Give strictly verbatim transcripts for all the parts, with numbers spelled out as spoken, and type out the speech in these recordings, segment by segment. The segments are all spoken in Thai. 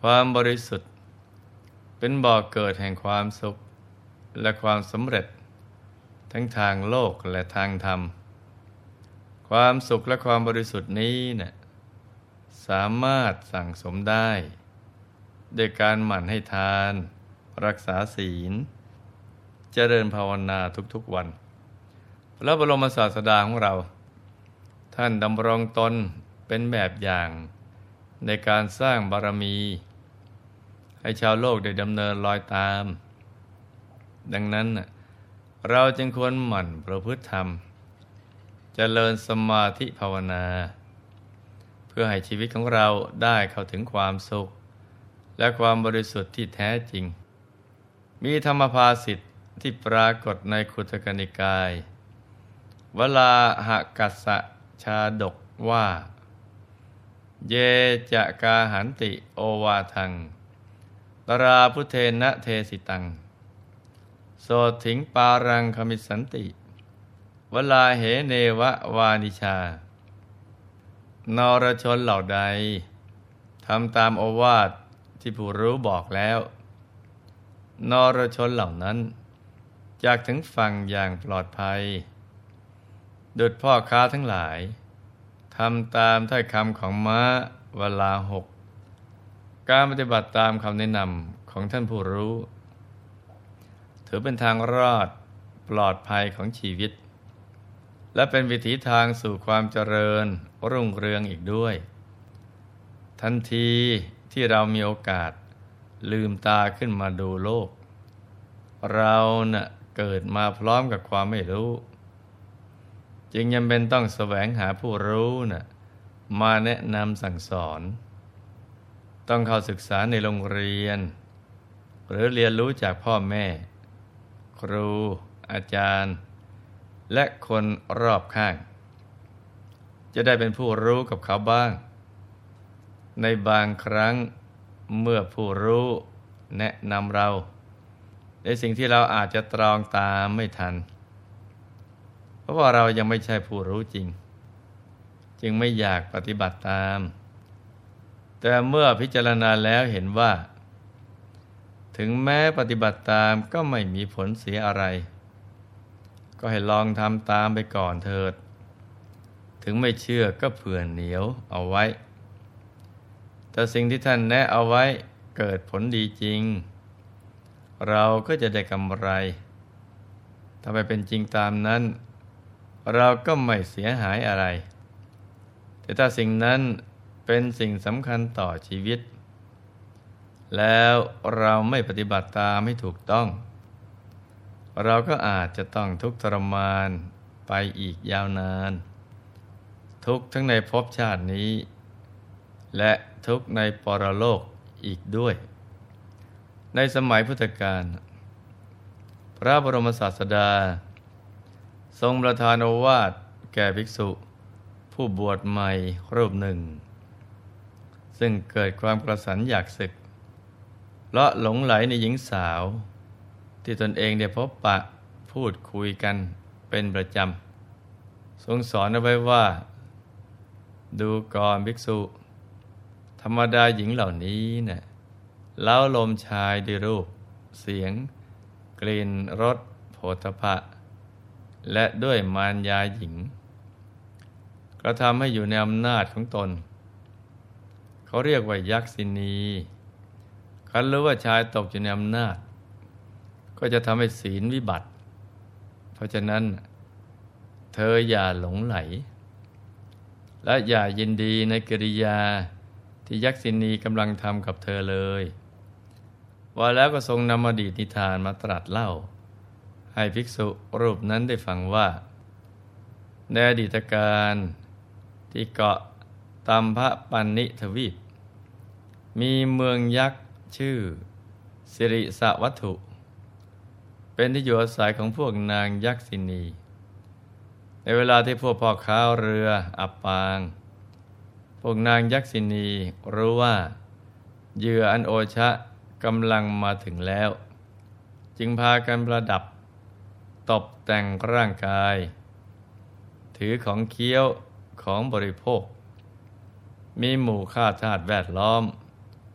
ความบริสุทธิ์เป็นบ่อเกิดแห่งความสุขและความสำเร็จทั้งทางโลกและทางธรรมความสุขและความบริสุทธิ์นี้เนี่ยสามารถสั่งสมได้โดยการหมั่นให้ทานรักษาศีลเจริญภาวนาทุกๆวันพระบรมศาสดาของเราท่านดำรงตนเป็นแบบอย่างในการสร้างบารมีให้ชาวโลกได้ดำเนินรอยตามดังนั้นเราจึงควรหมั่นประพฤติธรรมเจริญสมาธิภาวนาเพื่อให้ชีวิตของเราได้เข้าถึงความสุขและความบริสุทธิ์ที่แท้จริงมีธรรมภาษิตที่ปรากฏในขุทกนิกายวลาหกัสสะชาดกว่าเยจะกาหันติโอวาทังตราพุเทนะเทสิตังโสถิงปารังคมิสันติวลาเหเนวะวานิชานรชนเหล่าใดทำตามโอวาทที่ผู้รู้บอกแล้วนรชนเหล่านั้นจากถึงฝั่งอย่างปลอดภัยดุจพ่อค้าทั้งหลายทำตามถ้อยคำของม้าเวลาหกการปฏิบัติตามคำแนะนำของท่านผู้รู้ถือเป็นทางรอดปลอดภัยของชีวิตและเป็นวิถีทางสู่ความเจริญรุ่งเรืองอีกด้วยทันทีที่เรามีโอกาสลืมตาขึ้นมาดูโลกเราน่ะเกิดมาพร้อมกับความไม่รู้จึงจำเป็นต้องแสวงหาผู้รู้น่ะมาแนะนำสั่งสอนต้องเข้าศึกษาในโรงเรียนหรือเรียนรู้จากพ่อแม่ครูอาจารย์และคนรอบข้างจะได้เป็นผู้รู้กับเขาบ้างในบางครั้งเมื่อผู้รู้แนะนำเราในสิ่งที่เราอาจจะตรองตามไม่ทันเพราะว่าเรายังไม่ใช่ผู้รู้จริงจึงไม่อยากปฏิบัติตามแต่เมื่อพิจารณาแล้วเห็นว่าถึงแม้ปฏิบัติตามก็ไม่มีผลเสียอะไรก็ให้ลองทำตามไปก่อนเถิดถึงไม่เชื่อก็เผื่อเหนียวเอาไว้แต่สิ่งที่ท่านแนะเอาไว้เกิดผลดีจริงเราก็จะได้กำไรถ้าไปเป็นจริงตามนั้นเราก็ไม่เสียหายอะไรแต่ถ้าสิ่งนั้นเป็นสิ่งสำคัญต่อชีวิตแล้วเราไม่ปฏิบัติตามให้ถูกต้องเราก็อาจจะต้องทุกข์ทรมานไปอีกยาวนานทุกข์ทั้งในภพชาตินี้และทุกข์ในปรโลกอีกด้วยในสมัยพุทธกาลพระบรมศาสดาทรงประทานโอวาทแก่ภิกษุผู้บวชใหม่รูปหนึ่งซึ่งเกิดความกระสันอยากศึกเพราะหลงไหลในหญิงสาวที่ตนเองได้พบปะพูดคุยกันเป็นประจำทรงสอนเอาไว้ว่าดูก่อนภิกษุธรรมดาหญิงเหล่านี้เนี่ยเล้าลมชายด้วยรูปเสียงกลิ่นรสโผฏฐัพพะและด้วยมารยาหญิงกระทำให้อยู่ในอำนาจของตนเขาเรียกว่ายักษินีคันรู้ว่าชายตกอยู่ในอำนาจก็จะทำให้ศีลวิบัติเพราะฉะนั้นเธออย่าหลงไหลและอย่ายินดีในกิริยาที่ยักษินีกำลังทำกับเธอเลยว่าแล้วก็ทรงนำอดีตนิทานมาตรัสเล่าให้ภิกษุรูปนั้นได้ฟังว่าในอดีตการที่เกาะตัมพปันนิทวีปมีเมืองยักษ์ชื่อสิริสวัตถุเป็นที่อยู่อาศัยของพวกนางยักษินีในเวลาที่พวกพ่อค้าเรืออับปางพวกนางยักษินีรู้ว่าเหยื่ออันโอชะกำลังมาถึงแล้วจึงพากันประดับตกแต่งร่างกายถือของเคี้ยวของบริโภคมีหมู่ข้าทาสแวดล้อม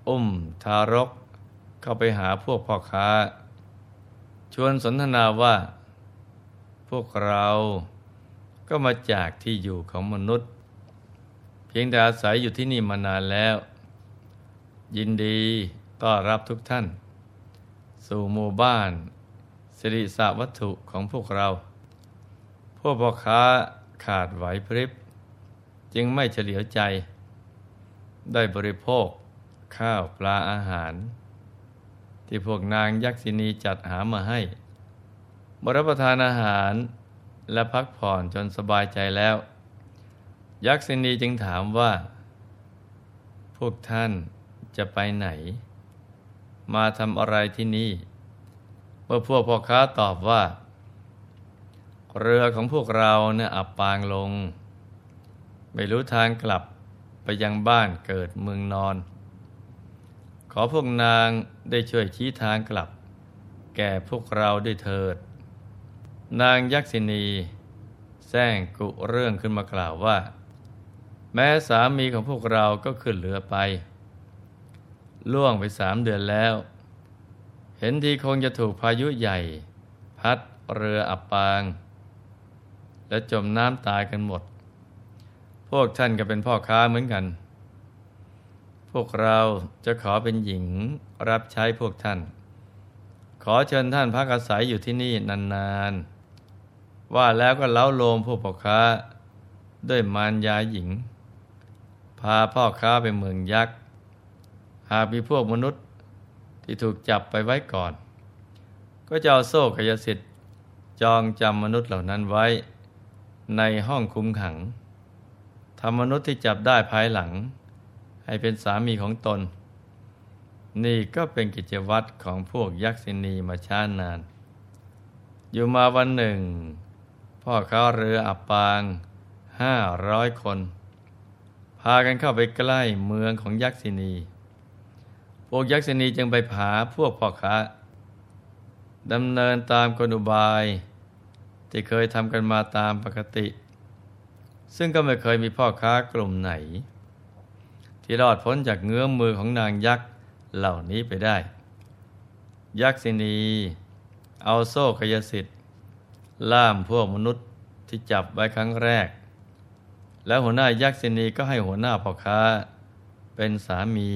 อุ้มทารกเข้าไปหาพวกพ่อค้าชวนสนทนาว่าพวกเราก็มาจากที่อยู่ของมนุษย์เพียงแต่อาศัยอยู่ที่นี่มานานแล้วยินดีต้อนรับทุกท่านสู่หมู่บ้านสิริสวัตถุของพวกเราพวกพ่อค้าขาดไหวพริบจึงไม่เฉลียวใจได้บริโภคข้าวปลาอาหารที่พวกนางยักษินีจัดหามาให้บรับประทานอาหารและพักผ่อนจนสบายใจแล้วยักษินีจึงถามว่าพวกท่านจะไปไหนมาทำอะไรที่นี่เมื่อพวกพ่อค้าตอบว่าเรือของพวกเราเนี่ยอับปางลงไม่รู้ทางกลับไปยังบ้านเกิดเมืองนอนขอพวกนางได้ช่วยชี้ทางกลับแก่พวกเราด้วยเถิดนางยักษินีแซงกุเรื่องขึ้นมากล่าวว่าแม้สามีของพวกเราก็ขึ้นเรือไปล่วงไปสามเดือนแล้วเห็นทีคงจะถูกพายุใหญ่พัดเรืออับปางและจมน้ำตายกันหมดพวกท่านก็เป็นพ่อค้าเหมือนกันพวกเราจะขอเป็นหญิงรับใช้พวกท่านขอเชิญท่านพักอาศัยอยู่ที่นี่นานๆว่าแล้วก็เล้าโลมพวกพ่อค้าด้วยมารยาหญิงพาพ่อค้าไปเมืองยักษ์หากมีพวกมนุษย์ที่ถูกจับไปไว้ก่อนก็จะเอาโซ่กายสิทธิ์จองจำมนุษย์เหล่านั้นไว้ในห้องคุมขังทำมนุษย์ที่จับได้ภายหลังให้เป็นสามีของตนนี่ก็เป็นกิจวัตรของพวกยักษินีมาช้านานอยู่มาวันหนึ่งพ่อค้าเรืออับปางห้าร้อยคนพากันเข้าไปใกล้เมืองของยักษินีพวกยักษินีจึงไปหาพวกพ่อค้าดำเนินตามกลอุบายที่เคยทำกันมาตามปกติซึ่งก็ไม่เคยมีพ่อค้ากลุ่มไหนที่รอดพ้นจากเงื้อมมือของนางยักษ์เหล่านี้ไปได้ยักษินีเอาโซ่กายสิทธิ์ล่ามพวกมนุษย์ที่จับไว้ครั้งแรกแล้วหัวหน้ายักษินีก็ให้หัวหน้าพ่อค้าเป็นสามี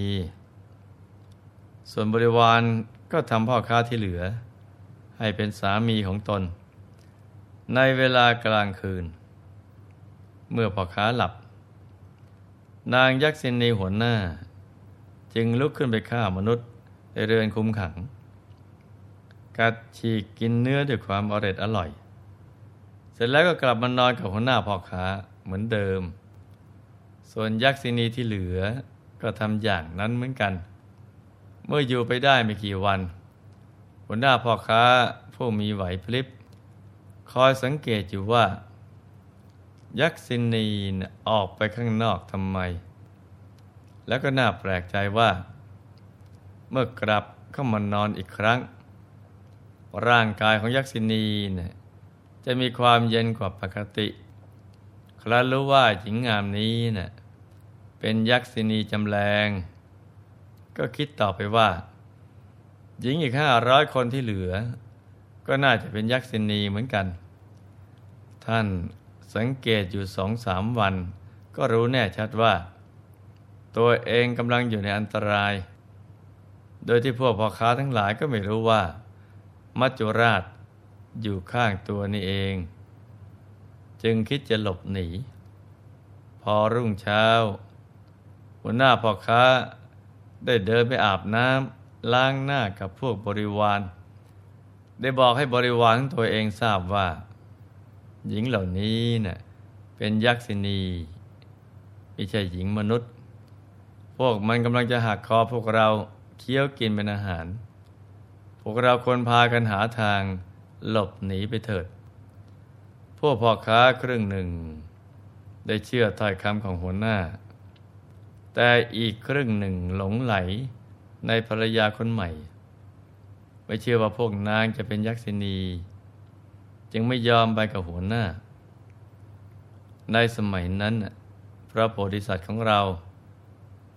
ส่วนบริวารก็ทำพ่อค้าที่เหลือให้เป็นสามีของตนในเวลากลางคืนเมื่อพ่อค้าหลับนางยักษินีหัวหน้าจึงลุกขึ้นไปฆ่ามนุษย์ในเรือนคุมขังกัดฉีกกินเนื้อด้วยความอร่อยอร่อยเสร็จแล้วก็กลับมานอนกับหัวหน้าพ่อค้าเหมือนเดิมส่วนยักษินีที่เหลือก็ทำอย่างนั้นเหมือนกันเมื่ออยู่ไปได้ไม่กี่วันหัวหน้าพ่อค้าผู้มีไหวพริบคอยสังเกตอยู่ว่ายักษินีออกไปข้างนอกทำไมแล้วก็น่าแปลกใจว่าเมื่อกลับเข้ามานอนอีกครั้งร่างกายของยักษินีเนี่ยจะมีความเย็นกว่าปกติครั้นรู้ว่าหญิงงามนี้น่ะเป็นยักษินีจำแรงก็คิดต่อไปว่าหญิงอีกห้าร้อยคนที่เหลือก็น่าจะเป็นยักษินีเหมือนกันท่านสังเกตอยู่สองสามวันก็รู้แน่ชัดว่าตัวเองกำลังอยู่ในอันตรายโดยที่พวกพ่อค้าทั้งหลายก็ไม่รู้ว่ามัจจุราชอยู่ข้างตัวนี่เองจึงคิดจะหลบหนีพอรุ่งเช้าหัวหน้าพ่อค้าได้เดินไปอาบน้ำล้างหน้ากับพวกบริวารได้บอกให้บริวารของตัวเองทราบว่าหญิงเหล่านี้น่ะเป็นยักษินีไม่ใช่หญิงมนุษย์พวกมันกำลังจะหักคอพวกเราเคี้ยวกินเป็นอาหารพวกเราควรพากันหาทางหลบหนีไปเถิดพวกพ่อค้าครึ่งหนึ่งได้เชื่อถ้อยคำของหัวหน้าแต่อีกครึ่งหนึ่งหลงไหลในภรรยาคนใหม่ไม่เชื่อว่าพวกนางจะเป็นยักษินีจึงไม่ยอมไปกับหัวหน้าในสมัยนั้นพระโพธิสัตว์ของเรา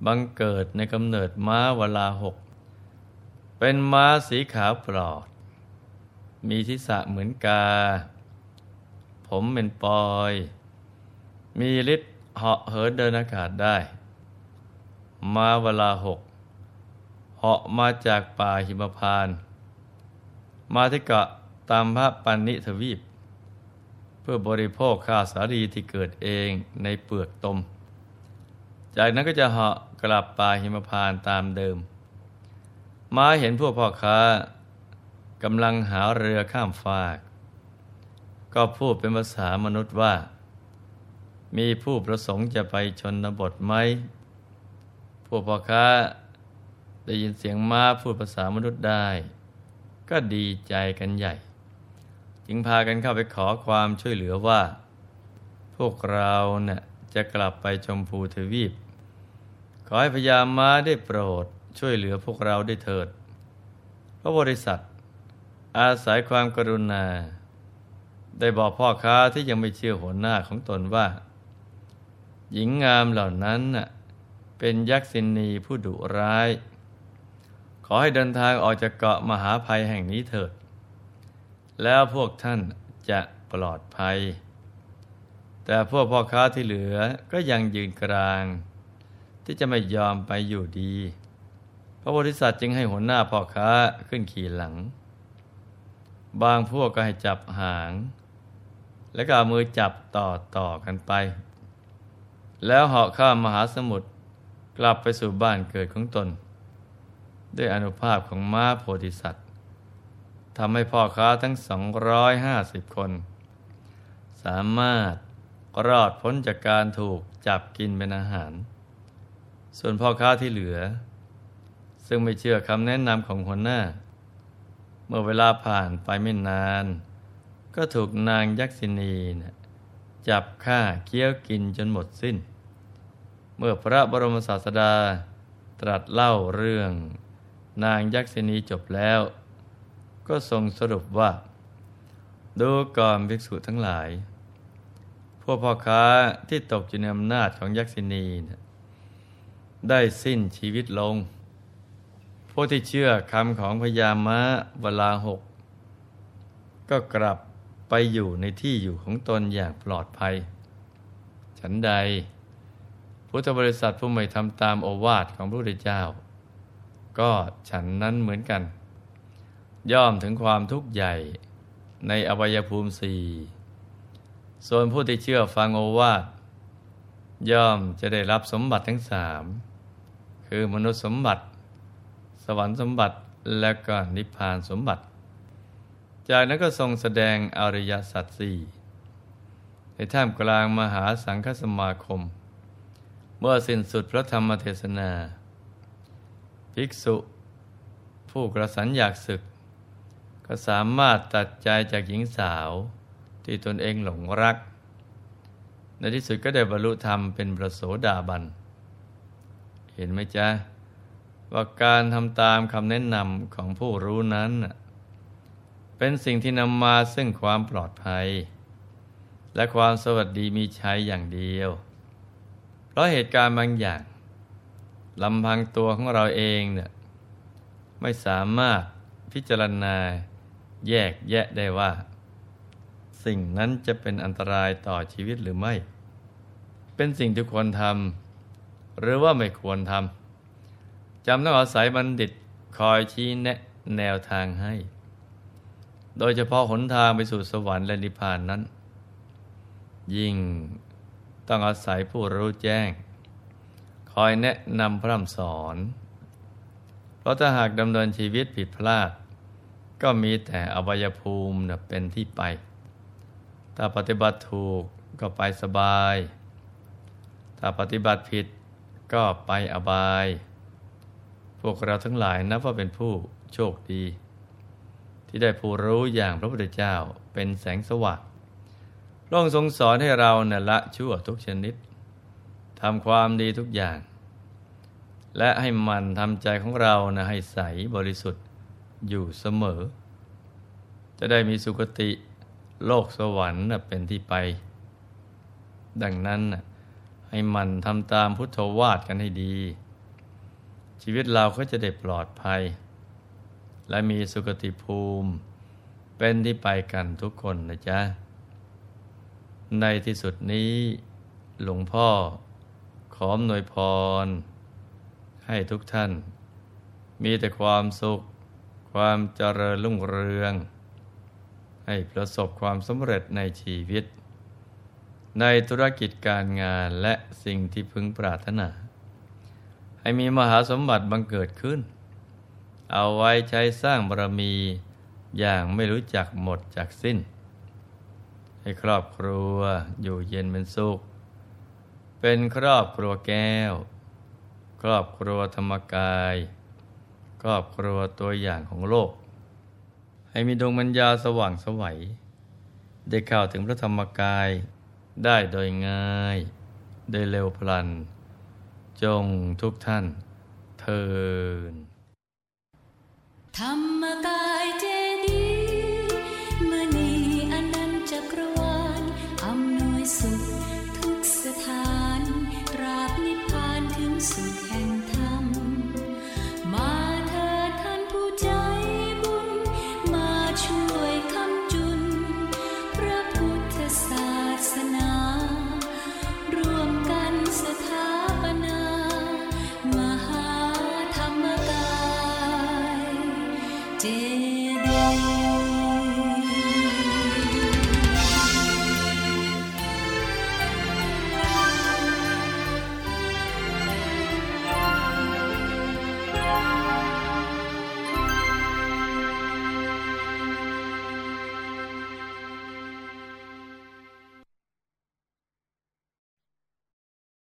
บังเกิดในกำเนิดม้าวลาหกเป็นม้าสีขาวปลอดมีทิศะเหมือนกาผมเป็นปอยมีฤทธิ์เหาะเหินเดินอากาศได้ม้าวลาหกเหาะมาจากป่าหิมพานต์มาที่เกาะตามพระปันนิทวีปเพื่อบริโภคข้าวสาลีที่เกิดเองในเปลือกตมจากนั้นก็จะเหาะกลับป่าหิมพานต์ตามเดิมม้าเห็นพวกพ่อค้ากำลังหาเรือข้ามฟากก็พูดเป็นภาษามนุษย์ว่ามีผู้ประสงค์จะไปชนบทไหมพวกพ่อค้าได้ยินเสียงม้าพูดภาษามนุษย์ได้ก็ดีใจกันใหญ่จึงพากันเข้าไปขอความช่วยเหลือว่าพวกเราเนี่ยจะกลับไปชมพูทวีปขอให้พญาม้าได้โปรดช่วยเหลือพวกเราได้เถิดพระบริษัทอาศัยความกรุณาได้บอกพ่อค้าที่ยังไม่เชื่อหัวหน้าของตนว่าหญิงงามเหล่านั้นน่ะเป็นยักษิณีผู้ดุร้ายขอให้เดินทางออกจากเกาะมหาภัยแห่งนี้เถิดแล้วพวกท่านจะปลอดภัยแต่พวกพ่อค้าที่เหลือก็ยังยืนกรางที่จะไม่ยอมไปอยู่ดีพระโพธิสัตว์จึงให้หัวหน้าพ่อค้าขึ้นขี่หลังบางพวกก็ให้จับหางแล้วก็เอามือจับต่อต่อกันไปแล้วเหาะข้ามมหาสมุทรกลับไปสู่บ้านเกิดของตนด้วยอานุภาพของม้าโพธิสัตว์ทำให้พ่อค้าทั้งสองร้อยห้าสิบคนสามารถรอดพ้นจากการถูกจับกินเป็นอาหารส่วนพ่อค้าที่เหลือซึ่งไม่เชื่อคำแนะนำของหัวหน้าเมื่อเวลาผ่านไปไม่นานก็ถูกนางยักษิณีนะจับฆ่าเคี้ยวกินจนหมดสิ้นเมื่อพระบรมศาสดาตรัสเล่าเรื่องนางยักษิณีจบแล้วก็ทรงสรุปว่าดูก่อนภิกษุทั้งหลายพวกพ่อค้าที่ตกอยู่ในอำนาจของยักษิณีนะได้สิ้นชีวิตลงพวกที่เชื่อคำของพญาม้าวลาหกก็กลับไปอยู่ในที่อยู่ของตนอย่างปลอดภัยฉันใดพุทธบริษัทผู้ไม่ทำตามโอวาทของพระพุทธเจ้าก็ฉันนั้นเหมือนกันย่อมถึงความทุกข์ใหญ่ในอบายภูมิสี่ส่วนผู้ที่เชื่อฟังโอวาทย่อมจะได้รับสมบัติทั้งสามคือมนุษย์สมบัติสวรรค์สมบัติและก็นิพพานสมบัติจากนั้นก็ทรงแสดงอริยสัจสี่ในท่ามกลางมหาสังฆสมาคมเมื่อสิ้นสุดพระธรรมเทศนาภิกษุผู้กระสันอยากศึกก็สามารถตัดใจจากหญิงสาวที่ตนเองหลงรักในที่สุดก็ได้บรรลุธรรมเป็นพระโสดาบันเห็นไหมจ๊ะว่าการทำตามคำแนะนำของผู้รู้นั้นเป็นสิ่งที่นำมาซึ่งความปลอดภัยและความสวัสดีมีชัยอย่างเดียวเพราะเหตุการณ์บางอย่างลำพังตัวของเราเองเนี่ยไม่สามารถพิจารณาแยกแยะได้ว่าสิ่งนั้นจะเป็นอันตรายต่อชีวิตหรือไม่เป็นสิ่งที่ควรทำหรือว่าไม่ควรทำจำต้องอาศัยบัณฑิตคอยชี้แนะแนวทางให้โดยเฉพาะหนทางไปสู่สวรรค์และนิพพานนั้นยิ่งต้องอาศัยผู้รู้แจ้งคอยแนะนำพร่ำสอนเพราะถ้าหากดำเนินชีวิตผิดพลาดก็มีแต่อบายภูมิเป็นที่ไปถ้าปฏิบัติถูกก็ไปสบายถ้าปฏิบัติผิดก็ไปอบายพวกเราทั้งหลายนับว่าเป็นผู้โชคดีที่ได้ผู้รู้อย่างพระพุทธเจ้าเป็นแสงสว่างพระองค์ทรงสอนให้เราเนี่ยละชั่วทุกชนิดทำความดีทุกอย่างและให้มันทำใจของเรานะให้ใสบริสุทธิ์อยู่เสมอจะได้มีสุคติโลกสวรรค์นะเป็นที่ไปดังนั้นนะให้มันทำตามพุทธวาทกันให้ดีชีวิตเราก็จะได้ปลอดภัยและมีสุขติภูมิเป็นที่ไปกันทุกคนนะจ๊ะในที่สุดนี้หลวงพ่อขออำนวยพรให้ทุกท่านมีแต่ความสุขความเจริญรุ่งเรืองให้ประสบความสำเร็จในชีวิตในธุรกิจการงานและสิ่งที่พึงปรารถนาให้มีมหาสมบัติบังเกิดขึ้นเอาไว้ใช้สร้างบารมีอย่างไม่รู้จักหมดจากสิ้นให้ครอบครัวอยู่เย็นเป็นสุขเป็นครอบครัวแก้วครอบครัวธรรมกายครอบครัวตัวอย่างของโลกให้มีดวงปัญญาสว่างไสวได้เข้าถึงพระธรรมกายได้โดยง่ายโดยเร็วพลันจงทุกท่านเทอญธรรมกายเจดีย์มณีอนันตจักรวาลอำนวยสุขทุกสถานตราบนิพพานถึงสุขแห่ง